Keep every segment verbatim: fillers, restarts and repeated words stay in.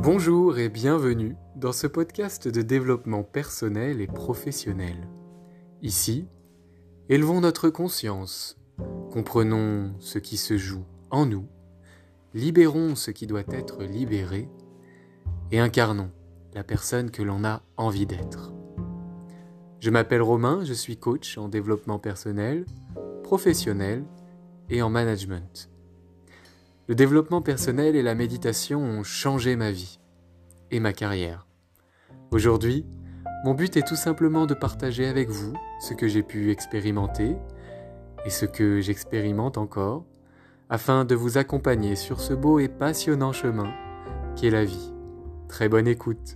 Bonjour et bienvenue dans ce podcast de développement personnel et professionnel. Ici, élevons notre conscience, comprenons ce qui se joue en nous, libérons ce qui doit être libéré et incarnons la personne que l'on a envie d'être. Je m'appelle Romain, je suis coach en développement personnel, professionnel et en management. Le développement personnel et la méditation ont changé ma vie et ma carrière. Aujourd'hui, mon but est tout simplement de partager avec vous ce que j'ai pu expérimenter et ce que j'expérimente encore, afin de vous accompagner sur ce beau et passionnant chemin qu'est la vie. Très bonne écoute.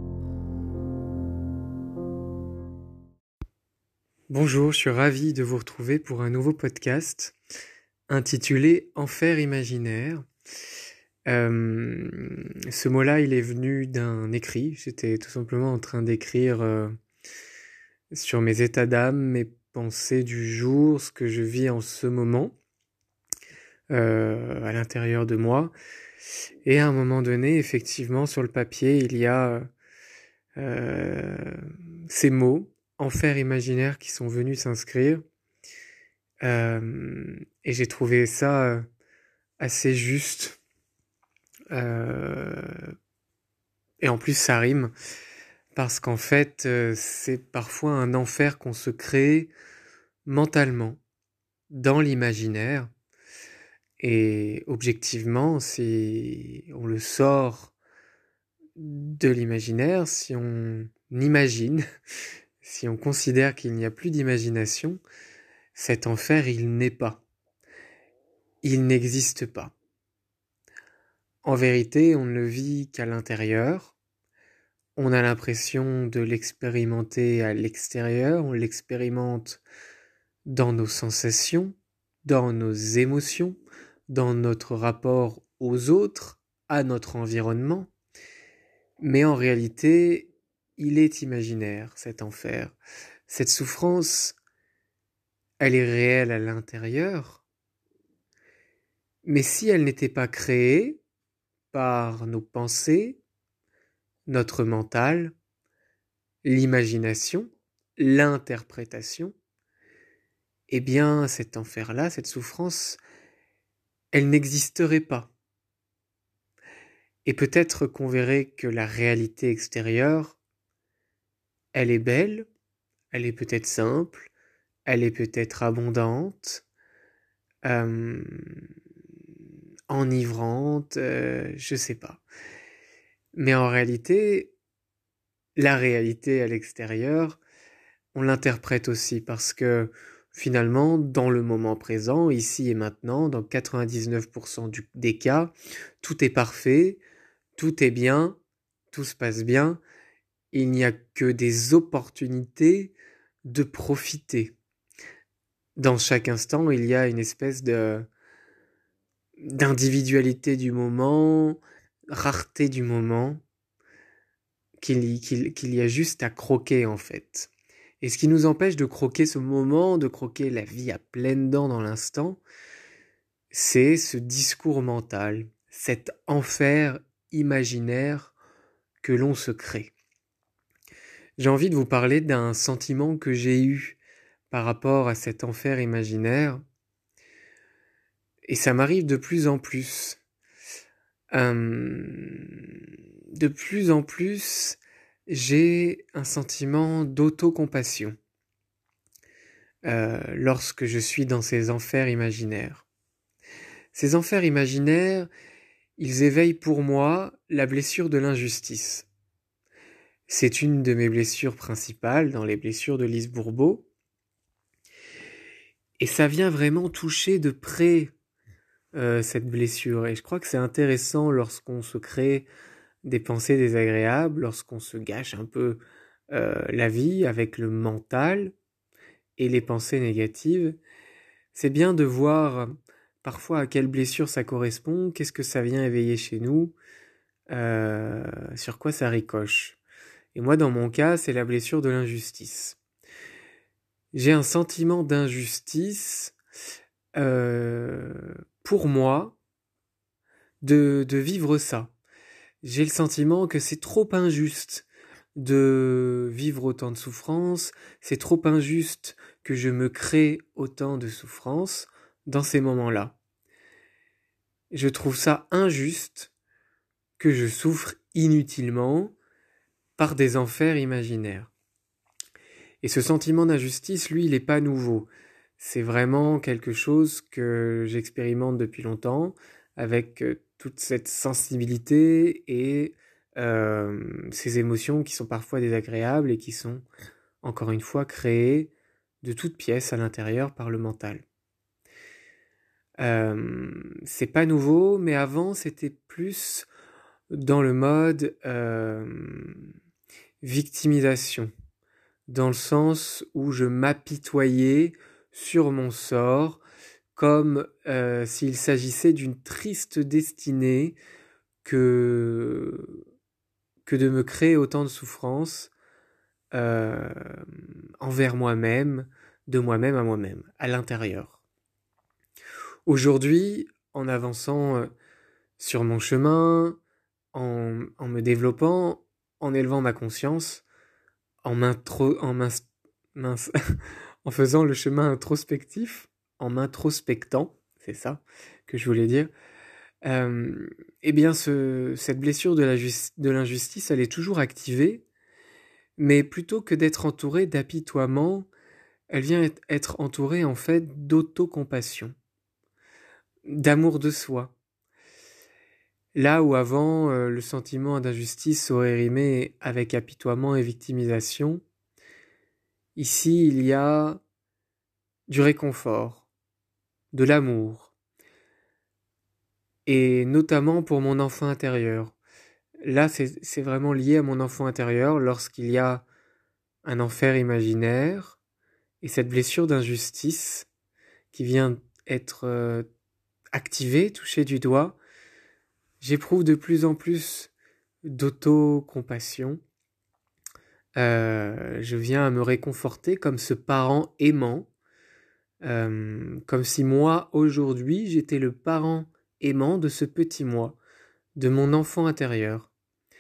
Bonjour, je suis ravi de vous retrouver pour un nouveau podcast intitulé « Enfer imaginaire ». Euh, ce mot-là, il est venu d'un écrit. J'étais tout simplement en train d'écrire euh, sur mes états d'âme, mes pensées du jour, ce que je vis en ce moment, euh, à l'intérieur de moi. Et à un moment donné, effectivement, sur le papier, il y a euh, ces mots, enfer imaginaire, qui sont venus s'inscrire. Euh, et j'ai trouvé ça assez juste. Euh, et en plus ça rime parce qu'en fait euh, c'est parfois un enfer qu'on se crée mentalement dans l'imaginaire, et objectivement si on le sort de l'imaginaire, si on imagine, si on considère qu'il n'y a plus d'imagination, cet enfer il n'est pas, il n'existe pas. En vérité, on ne le vit qu'à l'intérieur. On a l'impression de l'expérimenter à l'extérieur. On l'expérimente dans nos sensations, dans nos émotions, dans notre rapport aux autres, à notre environnement. Mais en réalité, il est imaginaire, cet enfer. Cette souffrance, elle est réelle à l'intérieur. Mais si elle n'était pas créée par nos pensées, notre mental, l'imagination, l'interprétation, eh bien cet enfer-là, cette souffrance, elle n'existerait pas. Et peut-être qu'on verrait que la réalité extérieure, elle est belle, elle est peut-être simple, elle est peut-être abondante, euh, enivrante, euh, je sais pas. Mais en réalité, la réalité à l'extérieur, on l'interprète aussi parce que finalement, dans le moment présent, ici et maintenant, dans quatre-vingt-dix-neuf pour cent du, des cas, tout est parfait, tout est bien, tout se passe bien. Il n'y a que des opportunités de profiter. Dans chaque instant, il y a une espèce de d'individualité du moment, rareté du moment, qu'il, qu'il, qu'il y a juste à croquer en fait. Et ce qui nous empêche de croquer ce moment, de croquer la vie à pleines dents dans l'instant, c'est ce discours mental, cet enfer imaginaire que l'on se crée. J'ai envie de vous parler d'un sentiment que j'ai eu par rapport à cet enfer imaginaire, et ça m'arrive de plus en plus. Euh, de plus en plus, j'ai un sentiment d'autocompassion euh, lorsque je suis dans ces enfers imaginaires. Ces enfers imaginaires, ils éveillent pour moi la blessure de l'injustice. C'est une de mes blessures principales dans les blessures de Lise Bourbeau. Et ça vient vraiment toucher de près euh, cette blessure. Et je crois que c'est intéressant lorsqu'on se crée des pensées désagréables, lorsqu'on se gâche un peu euh, la vie avec le mental et les pensées négatives. C'est bien de voir parfois à quelle blessure ça correspond, qu'est-ce que ça vient éveiller chez nous, euh, sur quoi ça ricoche. Et moi, dans mon cas, c'est la blessure de l'injustice. J'ai un sentiment d'injustice euh, pour moi de, de vivre ça. j'ai le sentiment que c'est trop injuste de vivre autant de souffrances, c'est trop injuste que je me crée autant de souffrances dans ces moments-là. Je trouve ça injuste que je souffre inutilement par des enfers imaginaires. Et ce sentiment d'injustice, lui, il n'est pas nouveau. C'est vraiment quelque chose que j'expérimente depuis longtemps, avec euh, toute cette sensibilité et euh, ces émotions qui sont parfois désagréables et qui sont, encore une fois, créées de toutes pièces à l'intérieur par le mental. Euh, c'est pas nouveau, mais avant c'était plus dans le mode euh, victimisation, dans le sens où je m'apitoyais sur mon sort, comme euh, s'il s'agissait d'une triste destinée que, que de me créer autant de souffrances euh, envers moi-même, de moi-même à moi-même, à l'intérieur. Aujourd'hui, en avançant euh, sur mon chemin, en, en me développant, en élevant ma conscience, en m'intro, en mince, mince, en faisant le chemin introspectif, en m'introspectant, c'est ça que je voulais dire, euh, eh bien ce, cette blessure de, la justi- de l'injustice, elle est toujours activée, mais plutôt que d'être entourée d'apitoiement, elle vient être, être entourée en fait d'autocompassion, d'amour de soi. Là où avant, euh, le sentiment d'injustice aurait rimé avec apitoiement et victimisation, ici il y a du réconfort, de l'amour, et notamment pour mon enfant intérieur. Là, c'est, c'est vraiment lié à mon enfant intérieur lorsqu'il y a un enfer imaginaire et cette blessure d'injustice qui vient être euh, activée, touchée du doigt. J'éprouve de plus en plus d'autocompassion. Euh, je viens à me réconforter comme ce parent aimant, euh, comme si moi, aujourd'hui, j'étais le parent aimant de ce petit moi, de mon enfant intérieur.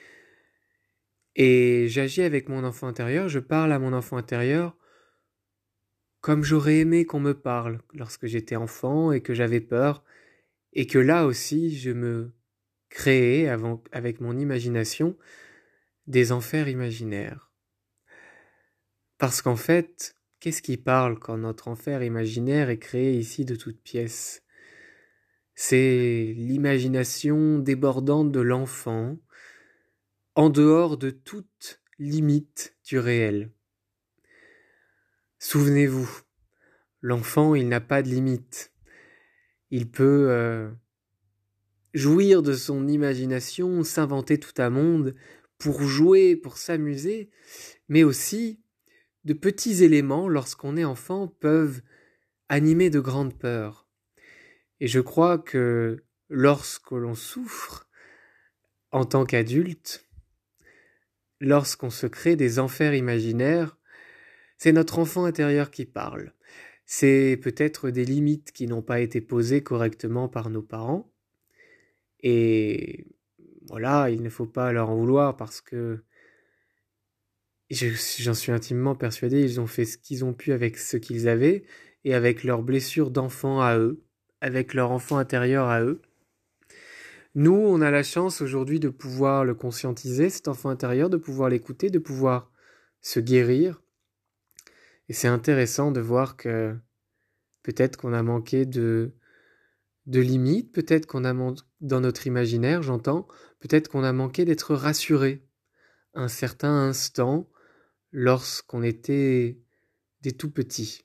Et j'agis avec mon enfant intérieur, je parle à mon enfant intérieur comme j'aurais aimé qu'on me parle lorsque j'étais enfant et que j'avais peur, et que là aussi je me créais avant, avec mon imagination des enfers imaginaires. Parce qu'en fait, qu'est-ce qui parle quand notre enfer imaginaire est créé ici de toutes pièces ? C'est l'imagination débordante de l'enfant, en dehors de toute limite du réel. Souvenez-vous, l'enfant, il n'a pas de limite. Il peut euh, jouir de son imagination, s'inventer tout un monde pour jouer, pour s'amuser, mais aussi de petits éléments, lorsqu'on est enfant, peuvent animer de grandes peurs. Et je crois que lorsque l'on souffre en tant qu'adulte, lorsqu'on se crée des enfers imaginaires, c'est notre enfant intérieur qui parle. C'est peut-être des limites qui n'ont pas été posées correctement par nos parents. Et voilà, il ne faut pas leur en vouloir parce que je- j'en suis intimement persuadé, ils ont fait ce qu'ils ont pu avec ce qu'ils avaient et avec leurs blessures d'enfant à eux, avec leur enfant intérieur à eux. Nous, on a la chance aujourd'hui de pouvoir le conscientiser, cet enfant intérieur, de pouvoir l'écouter, de pouvoir se guérir. Et c'est intéressant de voir que peut-être qu'on a manqué de, de limites, peut-être qu'on a manqué, dans notre imaginaire, j'entends, peut-être qu'on a manqué d'être rassuré un certain instant lorsqu'on était des tout petits.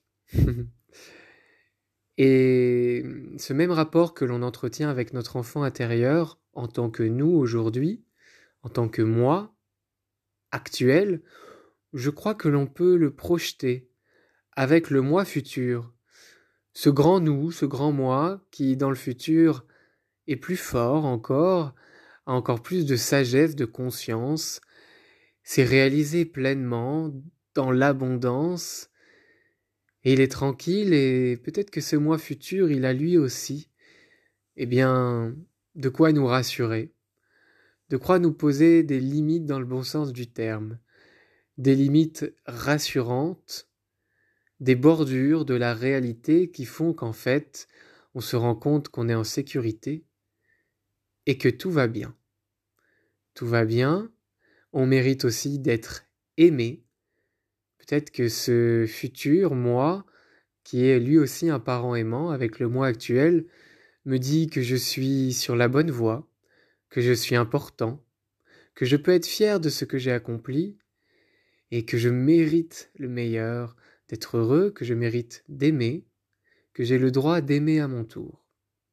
Et ce même rapport que l'on entretient avec notre enfant intérieur en tant que nous aujourd'hui, en tant que moi actuel, je crois que l'on peut le projeter avec le moi futur. Ce grand nous, ce grand moi qui dans le futur est plus fort encore, a encore plus de sagesse, de conscience, s'est réalisé pleinement dans l'abondance, et il est tranquille, et peut-être que ce moi futur, il a lui aussi, eh bien, de quoi nous rassurer, de croire nous poser des limites dans le bon sens du terme, des limites rassurantes, des bordures de la réalité qui font qu'en fait, on se rend compte qu'on est en sécurité et que tout va bien. Tout va bien, on mérite aussi d'être aimé. Peut-être que ce futur moi, qui est lui aussi un parent aimant avec le moi actuel, me dit que je suis sur la bonne voie, que je suis important, que je peux être fier de ce que j'ai accompli et que je mérite le meilleur, d'être heureux, que je mérite d'aimer, que j'ai le droit d'aimer à mon tour.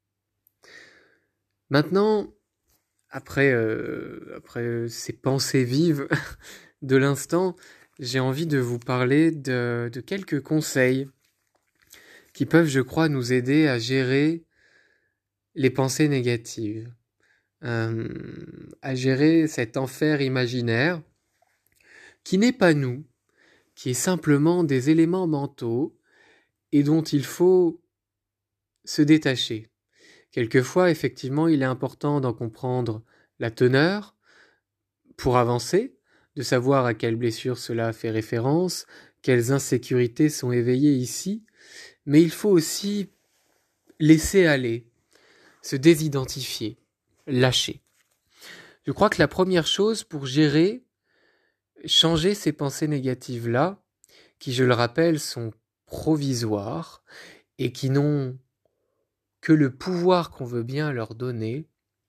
Maintenant, après, euh, après ces pensées vives de l'instant, j'ai envie de vous parler de, de quelques conseils qui peuvent, je crois, nous aider à gérer les pensées négatives, euh, à gérer cet enfer imaginaire qui n'est pas nous, qui est simplement des éléments mentaux et dont il faut se détacher. Quelquefois, effectivement, il est important d'en comprendre la teneur pour avancer, de savoir à quelle blessure cela fait référence, quelles insécurités sont éveillées ici, mais il faut aussi laisser aller, se désidentifier, lâcher. Je crois que la première chose pour gérer, changer ces pensées négatives-là, qui, je le rappelle, sont provisoires et qui n'ont que le pouvoir qu'on veut bien leur donner,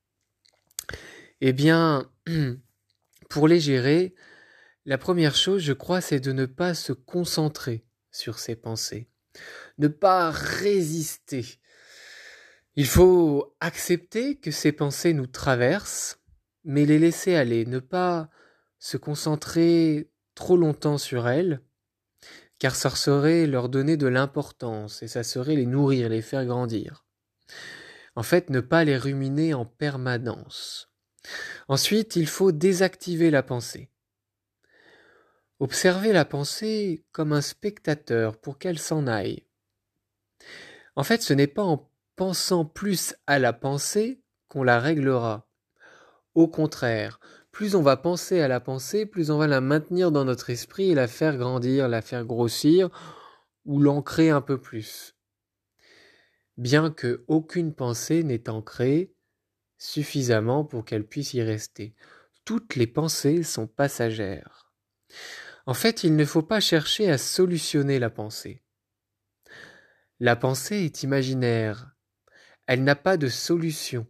eh bien, pour les gérer, la première chose, je crois, c'est de ne pas se concentrer sur ces pensées, ne pas résister. Il faut accepter que ces pensées nous traversent, mais les laisser aller, ne pas se concentrer trop longtemps sur elles, car ça serait leur donner de l'importance et ça serait les nourrir, les faire grandir. En fait, ne pas les ruminer en permanence. Ensuite, il faut désactiver la pensée. Observer la pensée comme un spectateur pour qu'elle s'en aille. En fait, ce n'est pas en pensant plus à la pensée qu'on la réglera. Au contraire, plus on va penser à la pensée, plus on va la maintenir dans notre esprit et la faire grandir, la faire grossir ou l'ancrer un peu plus. Bien que aucune pensée n'ait ancré suffisamment pour qu'elle puisse y rester. Toutes les pensées sont passagères. En fait, il ne faut pas chercher à solutionner la pensée. La pensée est imaginaire. Elle n'a pas de solution.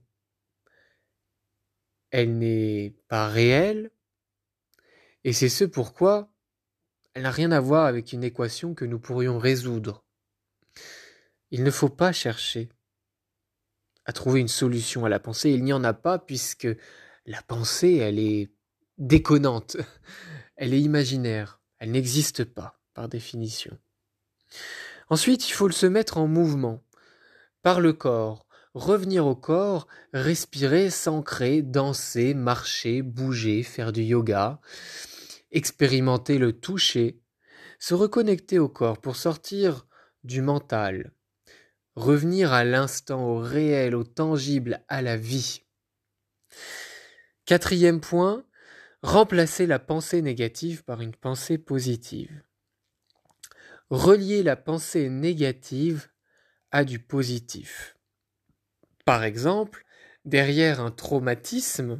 Elle n'est pas réelle. Et c'est ce pourquoi elle n'a rien à voir avec une équation que nous pourrions résoudre. Il ne faut pas chercher à trouver une solution à la pensée. Il n'y en a pas puisque la pensée, elle est déconnante. Elle est imaginaire. Elle n'existe pas, par définition. Ensuite, il faut se mettre en mouvement, par le corps. Revenir au corps, respirer, s'ancrer, danser, marcher, bouger, faire du yoga, expérimenter le toucher, se reconnecter au corps pour sortir du mental, revenir à l'instant, au réel, au tangible, à la vie. Quatrième point, remplacer la pensée négative par une pensée positive. Relier la pensée négative à du positif. Par exemple, derrière un traumatisme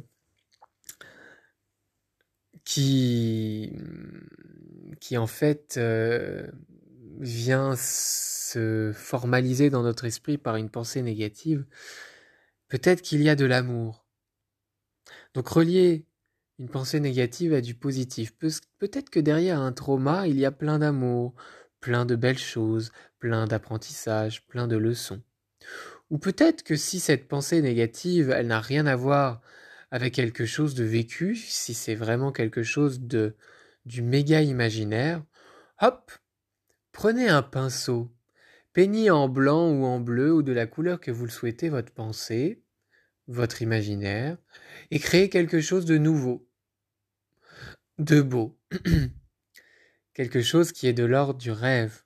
qui, qui en fait euh, vient se formaliser dans notre esprit par une pensée négative, peut-être qu'il y a de l'amour. Donc relier une pensée négative à du positif. Pe- peut-être que derrière un trauma, il y a plein d'amour, plein de belles choses, plein d'apprentissages, plein de leçons. Ou peut-être que si cette pensée négative, elle n'a rien à voir avec quelque chose de vécu, si c'est vraiment quelque chose de du méga imaginaire, hop, prenez un pinceau, peignez en blanc ou en bleu ou de la couleur que vous le souhaitez votre pensée, votre imaginaire, et créez quelque chose de nouveau, de beau, quelque chose qui est de l'ordre du rêve.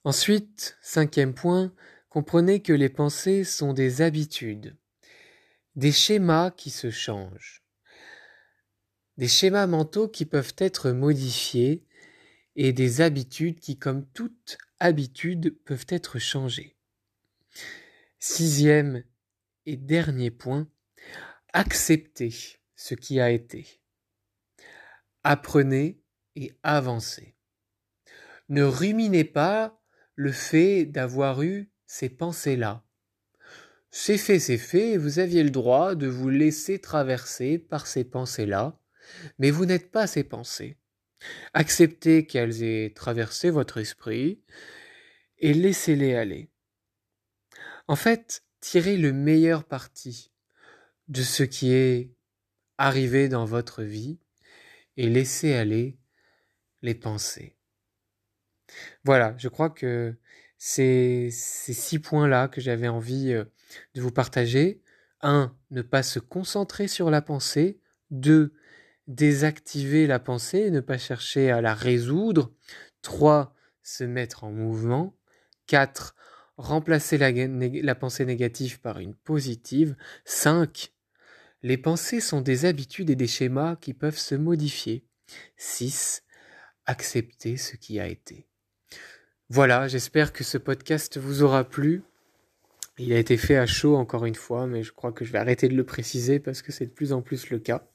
Ensuite, cinquième point, comprenez que les pensées sont des habitudes. des schémas qui se changent, des schémas mentaux qui peuvent être modifiés et des habitudes qui, comme toute habitude, peuvent être changées. Sixième et dernier point, acceptez ce qui a été. Apprenez et avancez. Ne ruminez pas le fait d'avoir eu ces pensées-là. C'est fait, c'est fait, et vous aviez le droit de vous laisser traverser par ces pensées-là, mais vous n'êtes pas ces pensées. Acceptez qu'elles aient traversé votre esprit et laissez-les aller. En fait, tirez le meilleur parti de ce qui est arrivé dans votre vie et laissez aller les pensées. Voilà, je crois que c'est ces six points-là que j'avais envie de vous partager. Un, ne pas se concentrer sur la pensée. Deux, désactiver la pensée, ne pas chercher à la résoudre. Trois, se mettre en mouvement. Quatre, remplacer la, la pensée négative par une positive. Cinq, les pensées sont des habitudes et des schémas qui peuvent se modifier. Six, accepter ce qui a été. Voilà, j'espère que ce podcast vous aura plu. Il a été fait à chaud encore une fois, mais je crois que je vais arrêter de le préciser parce que c'est de plus en plus le cas.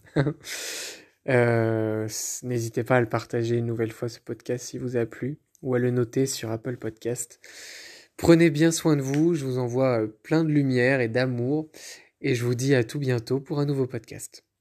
euh, n'hésitez pas à le partager une nouvelle fois ce podcast si vous a plu ou à le noter sur Apple Podcast. Prenez bien soin de vous, je vous envoie plein de lumière et d'amour et je vous dis à tout bientôt pour un nouveau podcast.